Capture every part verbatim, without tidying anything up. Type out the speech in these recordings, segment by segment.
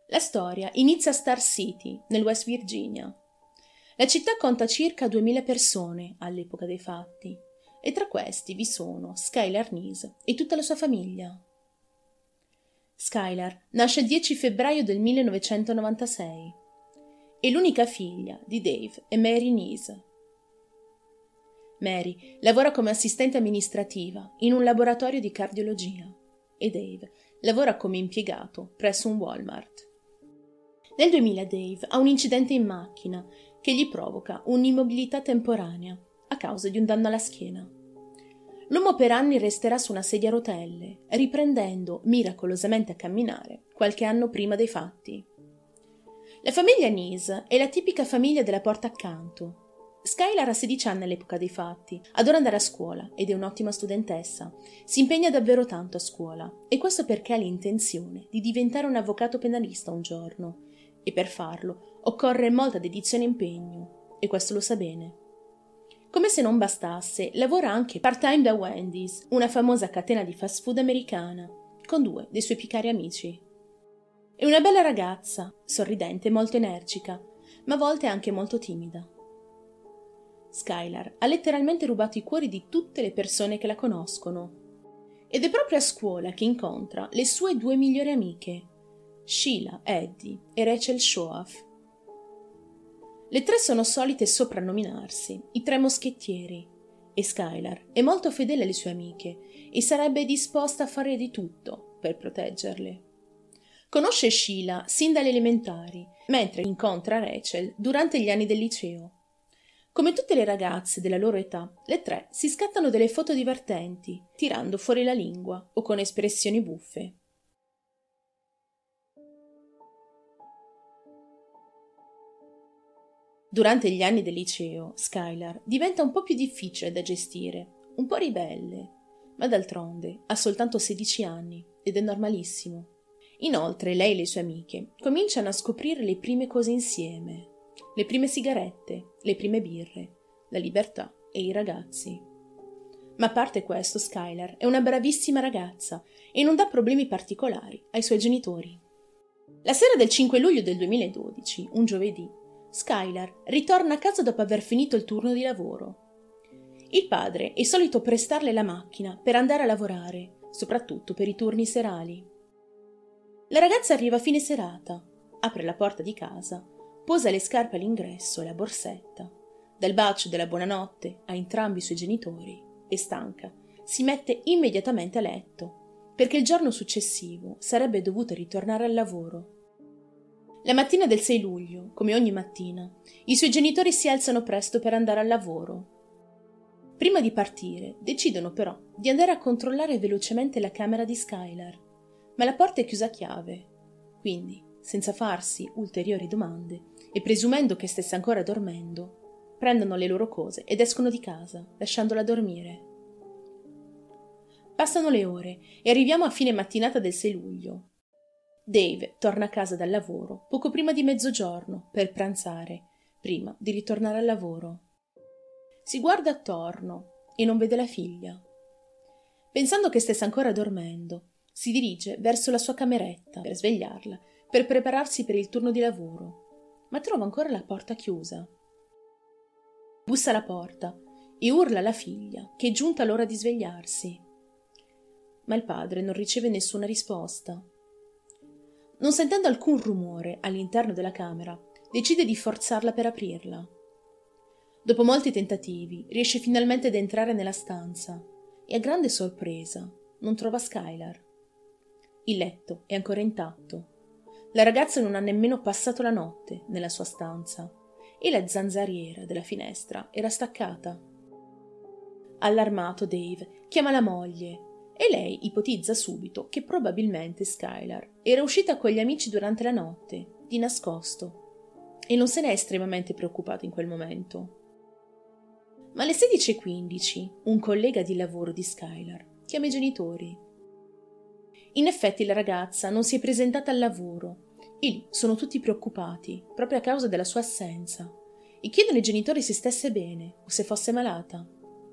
La storia inizia a Star City, nel West Virginia. La città conta circa duemila persone all'epoca dei fatti, e tra questi vi sono Skylar Neese e tutta la sua famiglia. Skylar nasce il dieci febbraio del millenovecentonovantasei. È l'unica figlia di Dave e Mary Neese. Mary lavora come assistente amministrativa in un laboratorio di cardiologia e Dave lavora come impiegato presso un Walmart. Nel duemila Dave ha un incidente in macchina che gli provoca un'immobilità temporanea a causa di un danno alla schiena. L'uomo per anni resterà su una sedia a rotelle, riprendendo miracolosamente a camminare qualche anno prima dei fatti. La famiglia Neese è la tipica famiglia della porta accanto. Skylar ha sedici anni all'epoca dei fatti, adora andare a scuola ed è un'ottima studentessa. Si impegna davvero tanto a scuola e questo perché ha l'intenzione di diventare un avvocato penalista un giorno e per farlo occorre molta dedizione e impegno e questo lo sa bene. Come se non bastasse, lavora anche part-time da Wendy's, una famosa catena di fast food americana, con due dei suoi più cari amici. È una bella ragazza, sorridente e molto energica, ma a volte anche molto timida. Skylar ha letteralmente rubato i cuori di tutte le persone che la conoscono. Ed è proprio a scuola che incontra le sue due migliori amiche, Sheila Eddie e Rachel Shoaf. Le tre sono solite soprannominarsi i tre moschettieri e Skylar è molto fedele alle sue amiche e sarebbe disposta a fare di tutto per proteggerle. Conosce Sheila sin dalle elementari, mentre incontra Rachel durante gli anni del liceo. Come tutte le ragazze della loro età, le tre si scattano delle foto divertenti, tirando fuori la lingua o con espressioni buffe. Durante gli anni del liceo, Skylar diventa un po' più difficile da gestire, un po' ribelle, ma d'altronde ha soltanto sedici anni ed è normalissimo. Inoltre lei e le sue amiche cominciano a scoprire le prime cose insieme, le prime sigarette, le prime birre, la libertà e i ragazzi. Ma a parte questo, Skylar è una bravissima ragazza e non dà problemi particolari ai suoi genitori. La sera del cinque luglio del duemiladodici, un giovedì, Skylar ritorna a casa dopo aver finito il turno di lavoro. Il padre è solito prestarle la macchina per andare a lavorare, soprattutto per i turni serali. La ragazza arriva a fine serata, apre la porta di casa, posa le scarpe all'ingresso e la borsetta. Dal bacio della buonanotte a entrambi i suoi genitori e stanca, si mette immediatamente a letto, perché il giorno successivo sarebbe dovuta ritornare al lavoro. La mattina del sei luglio, come ogni mattina, i suoi genitori si alzano presto per andare al lavoro. Prima di partire, decidono però di andare a controllare velocemente la camera di Skylar, ma la porta è chiusa a chiave, quindi, senza farsi ulteriori domande e presumendo che stesse ancora dormendo, prendono le loro cose ed escono di casa, lasciandola dormire. Passano le ore e arriviamo a fine mattinata del sei luglio. Dave torna a casa dal lavoro poco prima di mezzogiorno per pranzare, prima di ritornare al lavoro. Si guarda attorno e non vede la figlia. Pensando che stesse ancora dormendo, si dirige verso la sua cameretta per svegliarla, per prepararsi per il turno di lavoro, ma trova ancora la porta chiusa. Bussa alla porta e urla alla figlia che è giunta l'ora di svegliarsi. Ma il padre non riceve nessuna risposta. Non sentendo alcun rumore all'interno della camera, decide di forzarla per aprirla. Dopo molti tentativi, riesce finalmente ad entrare nella stanza e a grande sorpresa non trova Skylar. Il letto è ancora intatto. La ragazza non ha nemmeno passato la notte nella sua stanza e la zanzariera della finestra era staccata. Allarmato, Dave chiama la moglie e lei ipotizza subito che probabilmente Skylar era uscita con gli amici durante la notte, di nascosto, e non se ne è estremamente preoccupato in quel momento. Ma alle sedici e quindici un collega di lavoro di Skylar chiama i genitori. In effetti la ragazza non si è presentata al lavoro e lì sono tutti preoccupati proprio a causa della sua assenza e chiedono ai genitori se stesse bene o se fosse malata.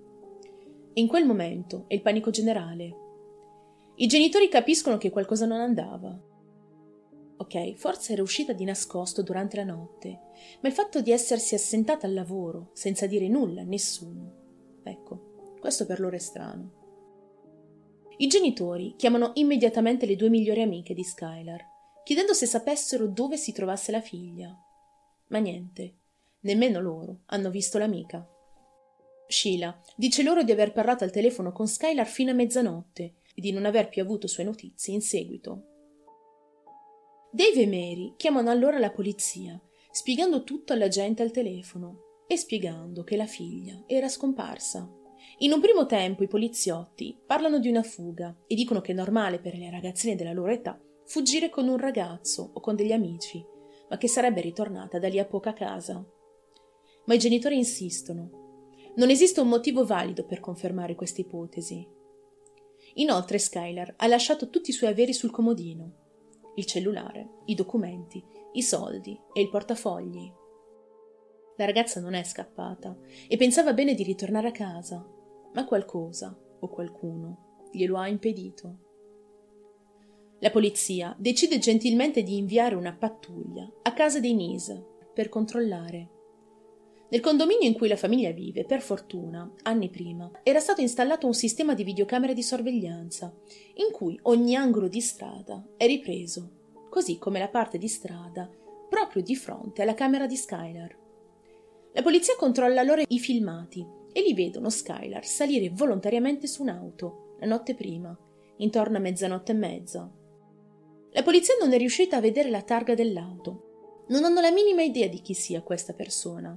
E in quel momento è il panico generale. I genitori capiscono che qualcosa non andava. Ok, forse era uscita di nascosto durante la notte, ma il fatto di essersi assentata al lavoro senza dire nulla a nessuno, ecco, questo per loro è strano. I genitori chiamano immediatamente le due migliori amiche di Skylar, chiedendo se sapessero dove si trovasse la figlia. Ma niente, nemmeno loro hanno visto l'amica. Sheila dice loro di aver parlato al telefono con Skylar fino a mezzanotte e di non aver più avuto sue notizie in seguito. Dave e Mary chiamano allora la polizia, spiegando tutto alla gente al telefono e spiegando che la figlia era scomparsa. In un primo tempo i poliziotti parlano di una fuga e dicono che è normale per le ragazzine della loro età fuggire con un ragazzo o con degli amici, ma che sarebbe ritornata da lì a poco a casa. Ma i genitori insistono. Non esiste un motivo valido per confermare questa ipotesi. Inoltre Skylar ha lasciato tutti i suoi averi sul comodino: il cellulare, i documenti, i soldi e il portafogli. La ragazza non è scappata e pensava bene di ritornare a casa, ma qualcosa o qualcuno glielo ha impedito. La polizia decide gentilmente di inviare una pattuglia a casa dei Neese per controllare. Nel condominio in cui la famiglia vive, per fortuna, anni prima, era stato installato un sistema di videocamere di sorveglianza, in cui ogni angolo di strada è ripreso, così come la parte di strada proprio di fronte alla camera di Skylar. La polizia controlla allora i filmati e li vedono Skylar salire volontariamente su un'auto la notte prima, intorno a mezzanotte e mezza. La polizia non è riuscita a vedere la targa dell'auto. Non hanno la minima idea di chi sia questa persona.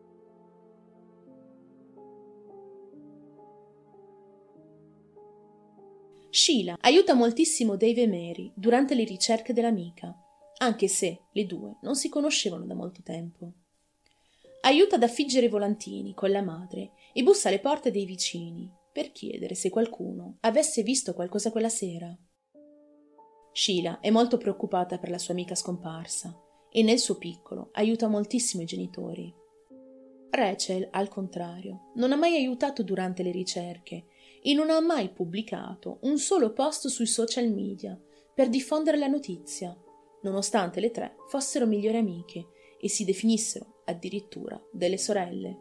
Sheila aiuta moltissimo Dave e Mary durante le ricerche dell'amica, anche se le due non si conoscevano da molto tempo. Aiuta ad affiggere i volantini con la madre e bussa alle porte dei vicini per chiedere se qualcuno avesse visto qualcosa quella sera. Sheila è molto preoccupata per la sua amica scomparsa e nel suo piccolo aiuta moltissimo i genitori. Rachel, al contrario, non ha mai aiutato durante le ricerche e non ha mai pubblicato un solo post sui social media per diffondere la notizia, nonostante le tre fossero migliori amiche e si definissero addirittura delle sorelle.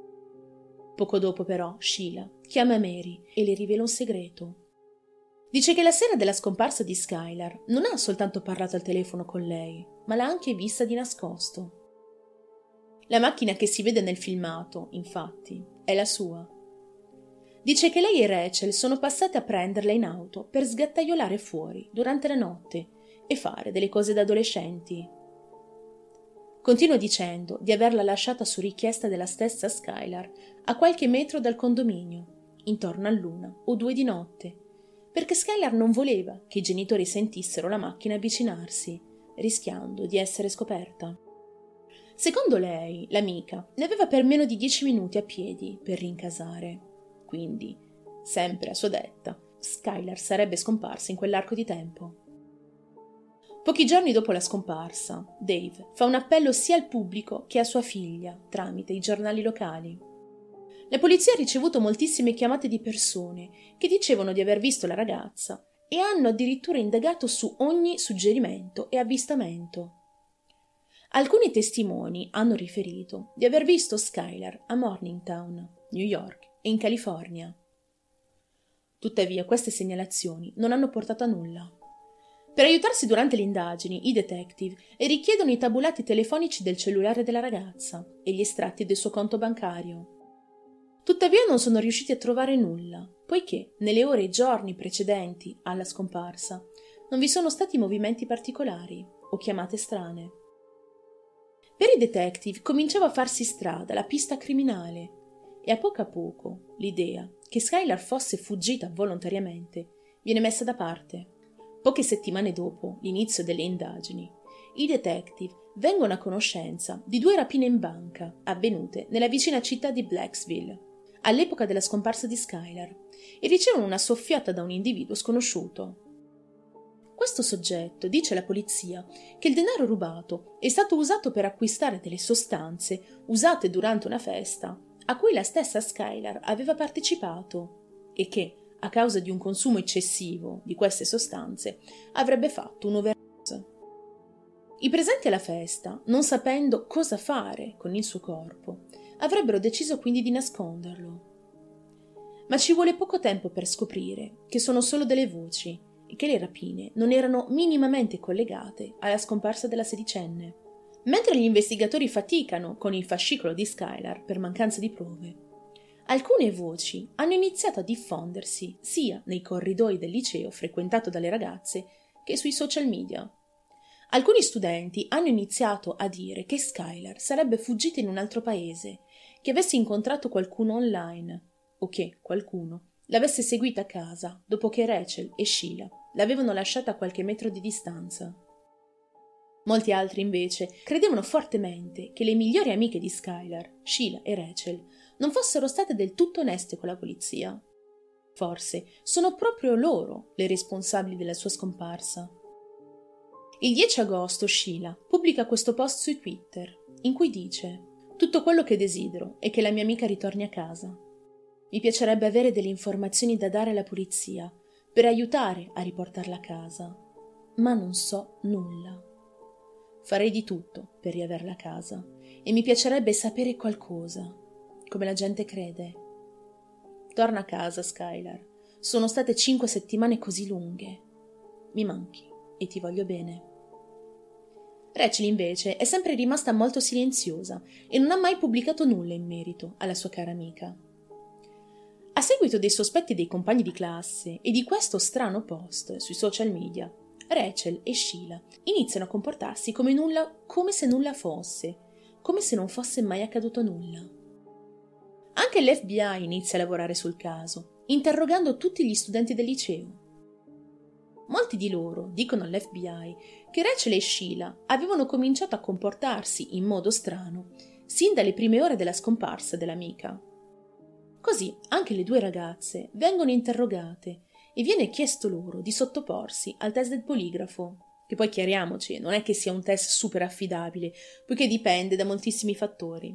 Poco dopo però Sheila chiama Mary e le rivela un segreto. Dice che la sera della scomparsa di Skylar non ha soltanto parlato al telefono con lei, ma l'ha anche vista di nascosto. La macchina che si vede nel filmato, infatti, è la sua. Dice che lei e Rachel sono passate a prenderla in auto per sgattaiolare fuori durante la notte e fare delle cose da adolescenti. Continua dicendo di averla lasciata su richiesta della stessa Skylar a qualche metro dal condominio, intorno all'una o due di notte, perché Skylar non voleva che i genitori sentissero la macchina avvicinarsi, rischiando di essere scoperta. Secondo lei, l'amica ne aveva per meno di dieci minuti a piedi per rincasare. Quindi, sempre a sua detta, Skylar sarebbe scomparsa in quell'arco di tempo. Pochi giorni dopo la scomparsa, Dave fa un appello sia al pubblico che a sua figlia tramite i giornali locali. La polizia ha ricevuto moltissime chiamate di persone che dicevano di aver visto la ragazza e hanno addirittura indagato su ogni suggerimento e avvistamento. Alcuni testimoni hanno riferito di aver visto Skylar a Morningtown, New York e in California. Tuttavia queste segnalazioni non hanno portato a nulla. Per aiutarsi durante le indagini, i detective richiedono i tabulati telefonici del cellulare della ragazza e gli estratti del suo conto bancario. Tuttavia non sono riusciti a trovare nulla, poiché nelle ore e giorni precedenti alla scomparsa non vi sono stati movimenti particolari o chiamate strane. Per i detective cominciava a farsi strada la pista criminale e a poco a poco l'idea che Skylar fosse fuggita volontariamente viene messa da parte. Poche settimane dopo l'inizio delle indagini, i detective vengono a conoscenza di due rapine in banca avvenute nella vicina città di Blacksville all'epoca della scomparsa di Skylar e ricevono una soffiata da un individuo sconosciuto. Questo soggetto dice alla polizia che il denaro rubato è stato usato per acquistare delle sostanze usate durante una festa a cui la stessa Skylar aveva partecipato e che, a causa di un consumo eccessivo di queste sostanze, avrebbe fatto un'overdose. I presenti alla festa, non sapendo cosa fare con il suo corpo, avrebbero deciso quindi di nasconderlo. Ma ci vuole poco tempo per scoprire che sono solo delle voci e che le rapine non erano minimamente collegate alla scomparsa della sedicenne. Mentre gli investigatori faticano con il fascicolo di Skylar per mancanza di prove, alcune voci hanno iniziato a diffondersi sia nei corridoi del liceo frequentato dalle ragazze che sui social media. Alcuni studenti hanno iniziato a dire che Skylar sarebbe fuggita in un altro paese, che avesse incontrato qualcuno online o che qualcuno l'avesse seguita a casa dopo che Rachel e Sheila l'avevano lasciata a qualche metro di distanza. Molti altri invece credevano fortemente che le migliori amiche di Skylar, Sheila e Rachel, non fossero state del tutto oneste con la polizia. Forse sono proprio loro le responsabili della sua scomparsa. Il dieci agosto Sheila pubblica questo post su Twitter in cui dice: «Tutto quello che desidero è che la mia amica ritorni a casa. Mi piacerebbe avere delle informazioni da dare alla polizia per aiutare a riportarla a casa, ma non so nulla. Farei di tutto per riaverla a casa e mi piacerebbe sapere qualcosa, come la gente crede. Torna a casa, Skylar. Sono state cinque settimane così lunghe. Mi manchi e ti voglio bene». Rachel invece è sempre rimasta molto silenziosa e non ha mai pubblicato nulla in merito alla sua cara amica. A seguito dei sospetti dei compagni di classe e di questo strano post sui social media, Rachel e Sheila iniziano a comportarsi come nulla, come se nulla fosse, come se non fosse mai accaduto nulla. Anche l'F B I inizia a lavorare sul caso, interrogando tutti gli studenti del liceo. Molti di loro dicono all'F B I che Rachel e Sheila avevano cominciato a comportarsi in modo strano sin dalle prime ore della scomparsa dell'amica. Così anche le due ragazze vengono interrogate e viene chiesto loro di sottoporsi al test del poligrafo, che poi chiariamoci, non è che sia un test super affidabile, poiché dipende da moltissimi fattori.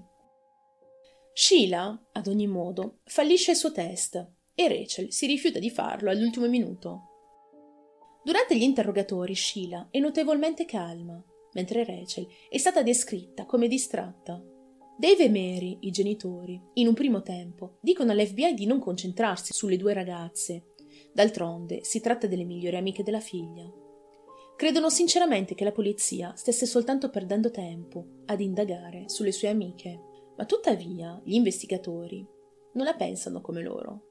Sheila, ad ogni modo, fallisce il suo test e Rachel si rifiuta di farlo all'ultimo minuto. Durante gli interrogatori Sheila è notevolmente calma, mentre Rachel è stata descritta come distratta. Dave e Mary, i genitori, in un primo tempo, dicono all'F B I di non concentrarsi sulle due ragazze. D'altronde si tratta delle migliori amiche della figlia. Credono sinceramente che la polizia stesse soltanto perdendo tempo ad indagare sulle sue amiche, ma tuttavia gli investigatori non la pensano come loro.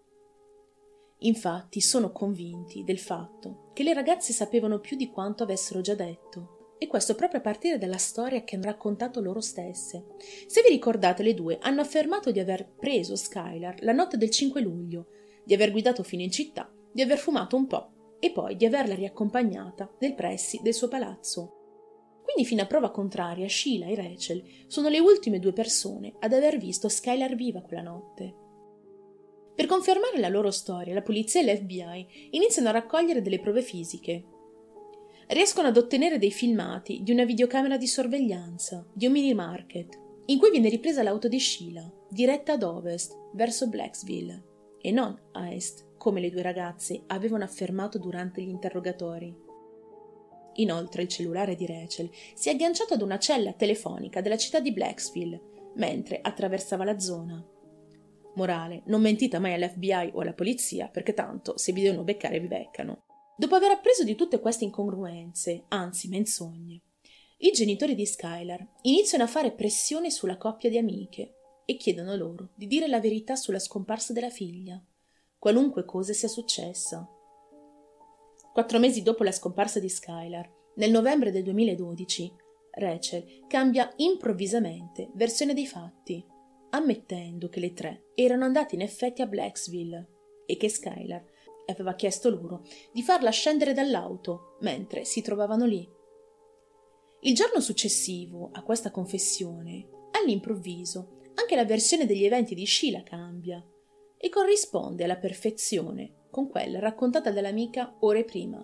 Infatti sono convinti del fatto che le ragazze sapevano più di quanto avessero già detto, e questo proprio a partire dalla storia che hanno raccontato loro stesse. Se vi ricordate, le due hanno affermato di aver preso Skylar la notte del cinque luglio, di aver guidato fino in città, di aver fumato un po' e poi di averla riaccompagnata nei pressi del suo palazzo. Quindi, fino a prova contraria, Sheila e Rachel sono le ultime due persone ad aver visto Skylar viva quella notte. Per confermare la loro storia, la polizia e l'F B I iniziano a raccogliere delle prove fisiche. Riescono ad ottenere dei filmati di una videocamera di sorveglianza di un mini market, in cui viene ripresa l'auto di Sheila, diretta ad ovest, verso Blacksville, e non a est, come le due ragazze avevano affermato durante gli interrogatori. Inoltre il cellulare di Rachel si è agganciato ad una cella telefonica della città di Blacksville, mentre attraversava la zona. Morale, non mentite mai all'F B I o alla polizia, perché tanto se vi devono beccare vi beccano. Dopo aver appreso di tutte queste incongruenze, anzi menzogne, i genitori di Skylar iniziano a fare pressione sulla coppia di amiche e chiedono loro di dire la verità sulla scomparsa della figlia, qualunque cosa sia successa. Quattro mesi dopo la scomparsa di Skylar, nel novembre del duemiladodici, Rachel cambia improvvisamente versione dei fatti, ammettendo che le tre erano andate in effetti a Blacksville e che Skylar aveva chiesto loro di farla scendere dall'auto mentre si trovavano lì. Il giorno successivo a questa confessione, all'improvviso, anche la versione degli eventi di Sheila cambia e corrisponde alla perfezione con quella raccontata dall'amica ore prima.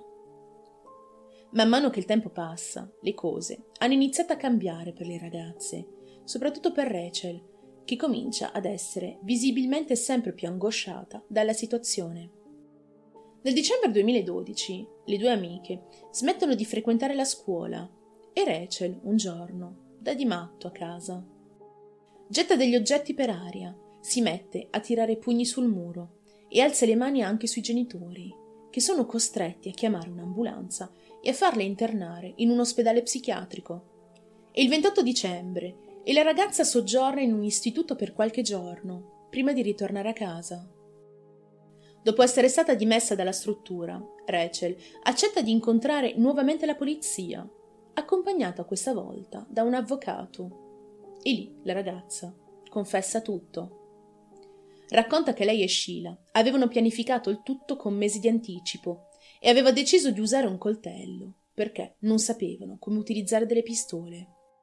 Man mano che il tempo passa, le cose hanno iniziato a cambiare per le ragazze, soprattutto per Rachel, che comincia ad essere visibilmente sempre più angosciata dalla situazione. Nel dicembre duemiladodici le due amiche smettono di frequentare la scuola e Rachel, un giorno, dà di matto a casa. Getta degli oggetti per aria, si mette a tirare pugni sul muro e alza le mani anche sui genitori, che sono costretti a chiamare un'ambulanza e a farle internare in un ospedale psichiatrico. È il ventotto dicembre e la ragazza soggiorna in un istituto per qualche giorno, prima di ritornare a casa. Dopo essere stata dimessa dalla struttura, Rachel accetta di incontrare nuovamente la polizia, accompagnata questa volta da un avvocato. E lì la ragazza confessa tutto. Racconta che lei e Sheila avevano pianificato il tutto con mesi di anticipo e aveva deciso di usare un coltello perché non sapevano come utilizzare delle pistole.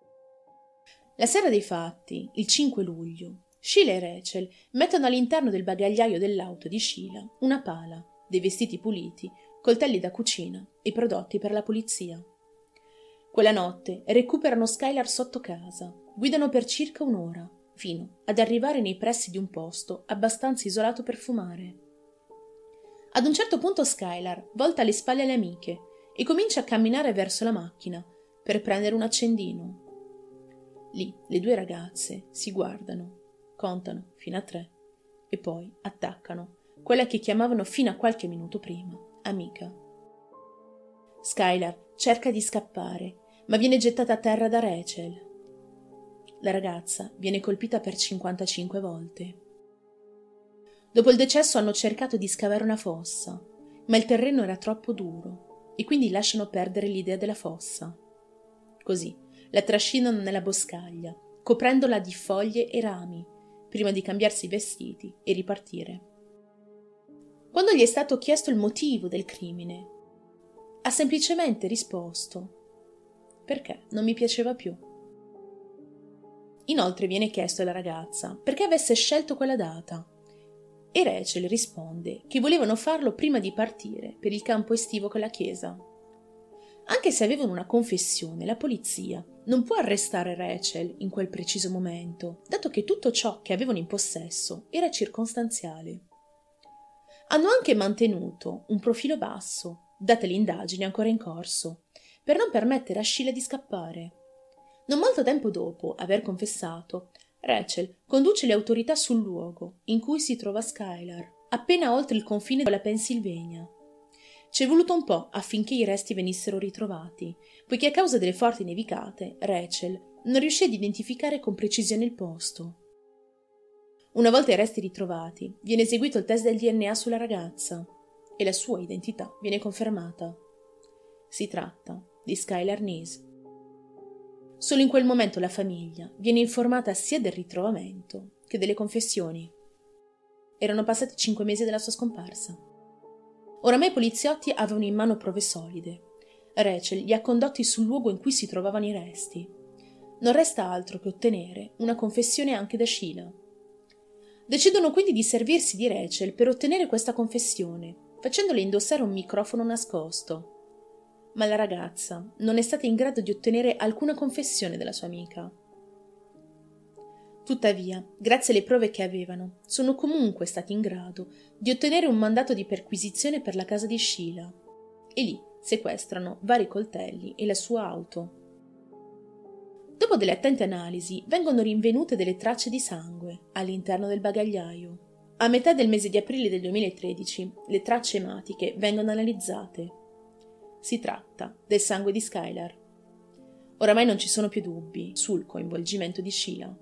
La sera dei fatti, il cinque luglio, Sheila e Rachel mettono all'interno del bagagliaio dell'auto di Sheila una pala, dei vestiti puliti, coltelli da cucina e prodotti per la pulizia. Quella notte recuperano Skylar sotto casa, guidano per circa un'ora, fino ad arrivare nei pressi di un posto abbastanza isolato per fumare. Ad un certo punto Skylar volta le spalle alle amiche e comincia a camminare verso la macchina per prendere un accendino. Lì le due ragazze si guardano, contano fino a tre e poi attaccano quella che chiamavano fino a qualche minuto prima amica. Skylar cerca di scappare, ma viene gettata a terra da Rachel. La ragazza viene colpita per cinquantacinque volte. Dopo il decesso hanno cercato di scavare una fossa, ma il terreno era troppo duro e quindi lasciano perdere l'idea della fossa. Così la trascinano nella boscaglia, coprendola di foglie e rami, prima di cambiarsi i vestiti e ripartire. Quando gli è stato chiesto il motivo del crimine, ha semplicemente risposto: perché non mi piaceva più. Inoltre viene chiesto alla ragazza perché avesse scelto quella data e Rachel risponde che volevano farlo prima di partire per il campo estivo con la chiesa. Anche se avevano una confessione, la polizia non può arrestare Rachel in quel preciso momento, dato che tutto ciò che avevano in possesso era circostanziale. Hanno anche mantenuto un profilo basso, date le indagini ancora in corso, per non permettere a Sheila di scappare. Non molto tempo dopo aver confessato, Rachel conduce le autorità sul luogo in cui si trova Skylar, appena oltre il confine della Pennsylvania. Ci è voluto un po' affinché i resti venissero ritrovati, poiché a causa delle forti nevicate, Rachel non riuscì ad identificare con precisione il posto. Una volta i resti ritrovati, viene eseguito il test del D N A sulla ragazza e la sua identità viene confermata. Si tratta di Skylar Neese. Solo in quel momento la famiglia viene informata sia del ritrovamento che delle confessioni. Erano passati cinque mesi dalla sua scomparsa. Oramai i poliziotti avevano in mano prove solide. Rachel li ha condotti sul luogo in cui si trovavano i resti. Non resta altro che ottenere una confessione anche da Sheila. Decidono quindi di servirsi di Rachel per ottenere questa confessione, facendole indossare un microfono nascosto. Ma la ragazza non è stata in grado di ottenere alcuna confessione dalla sua amica. Tuttavia, grazie alle prove che avevano, sono comunque stati in grado di ottenere un mandato di perquisizione per la casa di Sheila e lì sequestrano vari coltelli e la sua auto. Dopo delle attente analisi, vengono rinvenute delle tracce di sangue all'interno del bagagliaio. A metà del mese di aprile del duemilatredici, le tracce ematiche vengono analizzate. Si tratta del sangue di Skylar. Oramai non ci sono più dubbi sul coinvolgimento di Sheila.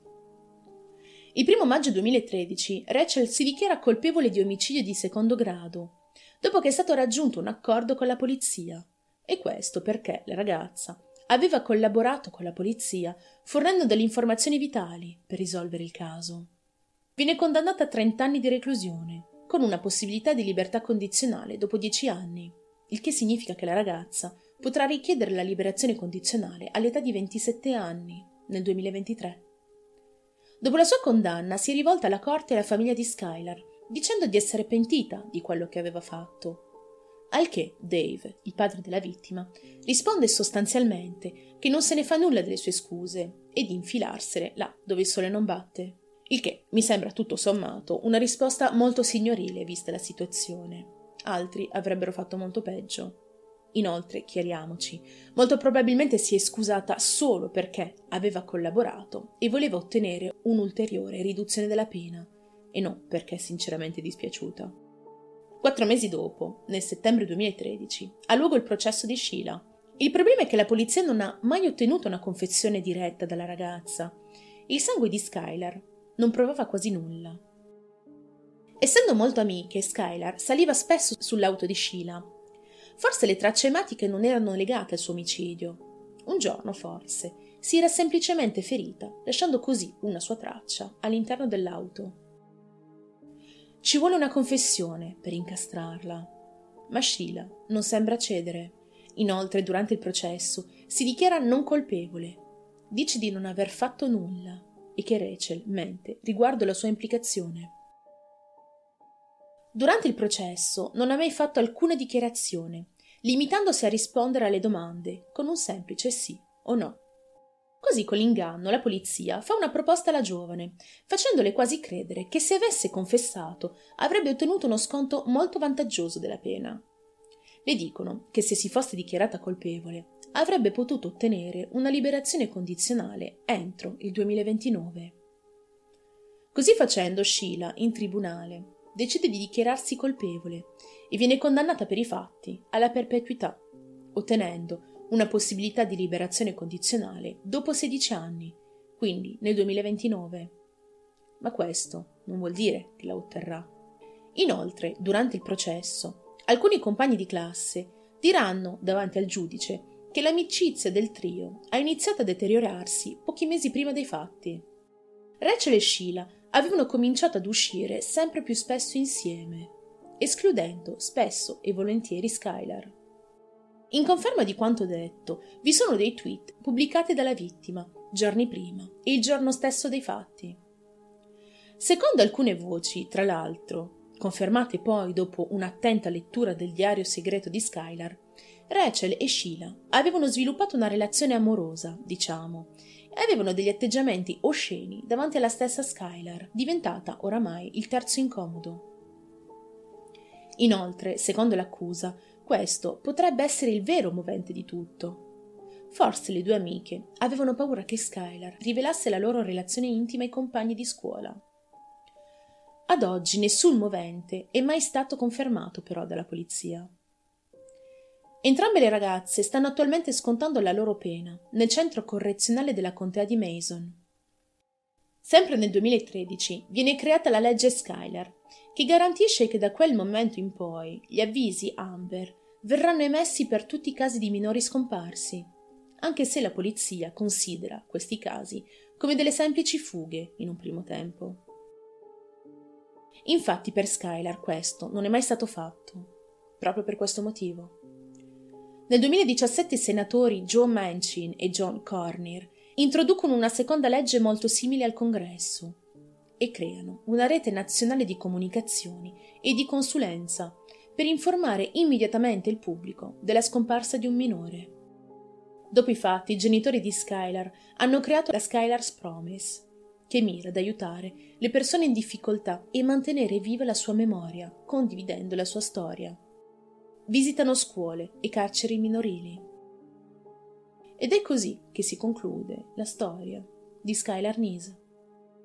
Il primo maggio duemilatredici Rachel si dichiara colpevole di omicidio di secondo grado, dopo che è stato raggiunto un accordo con la polizia, e questo perché la ragazza aveva collaborato con la polizia fornendo delle informazioni vitali per risolvere il caso. Viene condannata a trenta anni di reclusione, con una possibilità di libertà condizionale dopo dieci anni, il che significa che la ragazza potrà richiedere la liberazione condizionale all'età di ventisette anni, nel duemilaventitré. Dopo la sua condanna si è rivolta alla corte e alla famiglia di Skylar, dicendo di essere pentita di quello che aveva fatto. Al che Dave, il padre della vittima, risponde sostanzialmente che non se ne fa nulla delle sue scuse e di infilarsene là dove il sole non batte. Il che mi sembra tutto sommato una risposta molto signorile vista la situazione. Altri avrebbero fatto molto peggio. Inoltre, chiariamoci, molto probabilmente si è scusata solo perché aveva collaborato e voleva ottenere un'ulteriore riduzione della pena, e non perché è sinceramente dispiaciuta. Quattro mesi dopo, nel settembre duemilatredici, ha luogo il processo di Sheila. Il problema è che la polizia non ha mai ottenuto una confessione diretta dalla ragazza. Il sangue di Skylar non provava quasi nulla. Essendo molto amiche, Skylar saliva spesso sull'auto di Sheila. Forse le tracce ematiche non erano legate al suo omicidio. Un giorno, forse, si era semplicemente ferita, lasciando così una sua traccia all'interno dell'auto. Ci vuole una confessione per incastrarla, ma Sheila non sembra cedere. Inoltre, durante il processo, si dichiara non colpevole. Dice di non aver fatto nulla e che Rachel mente riguardo la sua implicazione. Durante il processo non ha mai fatto alcuna dichiarazione, limitandosi a rispondere alle domande con un semplice sì o no. Così, con l'inganno, la polizia fa una proposta alla giovane, facendole quasi credere che se avesse confessato avrebbe ottenuto uno sconto molto vantaggioso della pena. Le dicono che se si fosse dichiarata colpevole avrebbe potuto ottenere una liberazione condizionale entro il duemilaventinove. Così facendo, Sheila, in tribunale, decide di dichiararsi colpevole e viene condannata per i fatti alla perpetuità, ottenendo una possibilità di liberazione condizionale dopo sedici anni, quindi nel duemilaventinove. Ma questo non vuol dire che la otterrà. Inoltre, durante il processo, alcuni compagni di classe diranno davanti al giudice che l'amicizia del trio ha iniziato a deteriorarsi pochi mesi prima dei fatti. Rachel e Sheila avevano cominciato ad uscire sempre più spesso insieme, escludendo spesso e volentieri Skylar. In conferma di quanto detto, vi sono dei tweet pubblicati dalla vittima giorni prima e il giorno stesso dei fatti. Secondo alcune voci, tra l'altro, confermate poi dopo un'attenta lettura del diario segreto di Skylar, Rachel e Sheila avevano sviluppato una relazione amorosa, diciamo, e avevano degli atteggiamenti osceni davanti alla stessa Skylar, diventata oramai il terzo incomodo. Inoltre, secondo l'accusa, questo potrebbe essere il vero movente di tutto. Forse le due amiche avevano paura che Skylar rivelasse la loro relazione intima ai compagni di scuola. Ad oggi nessun movente è mai stato confermato però dalla polizia. Entrambe le ragazze stanno attualmente scontando la loro pena nel centro correzionale della contea di Mason. Sempre nel duemilatredici viene creata la legge Skylar, che garantisce che da quel momento in poi gli avvisi Amber verranno emessi per tutti i casi di minori scomparsi, anche se la polizia considera questi casi come delle semplici fughe in un primo tempo. Infatti per Skylar questo non è mai stato fatto, proprio per questo motivo. Nel duemiladiciassette i senatori Joe Manchin e John Cornyn introducono una seconda legge molto simile al Congresso e creano una rete nazionale di comunicazioni e di consulenza per informare immediatamente il pubblico della scomparsa di un minore. Dopo i fatti, i genitori di Skylar hanno creato la Skylar's Promise, che mira ad aiutare le persone in difficoltà e mantenere viva la sua memoria, condividendo la sua storia. Visitano scuole e carceri minorili. Ed è così che si conclude la storia di Skylar Neese.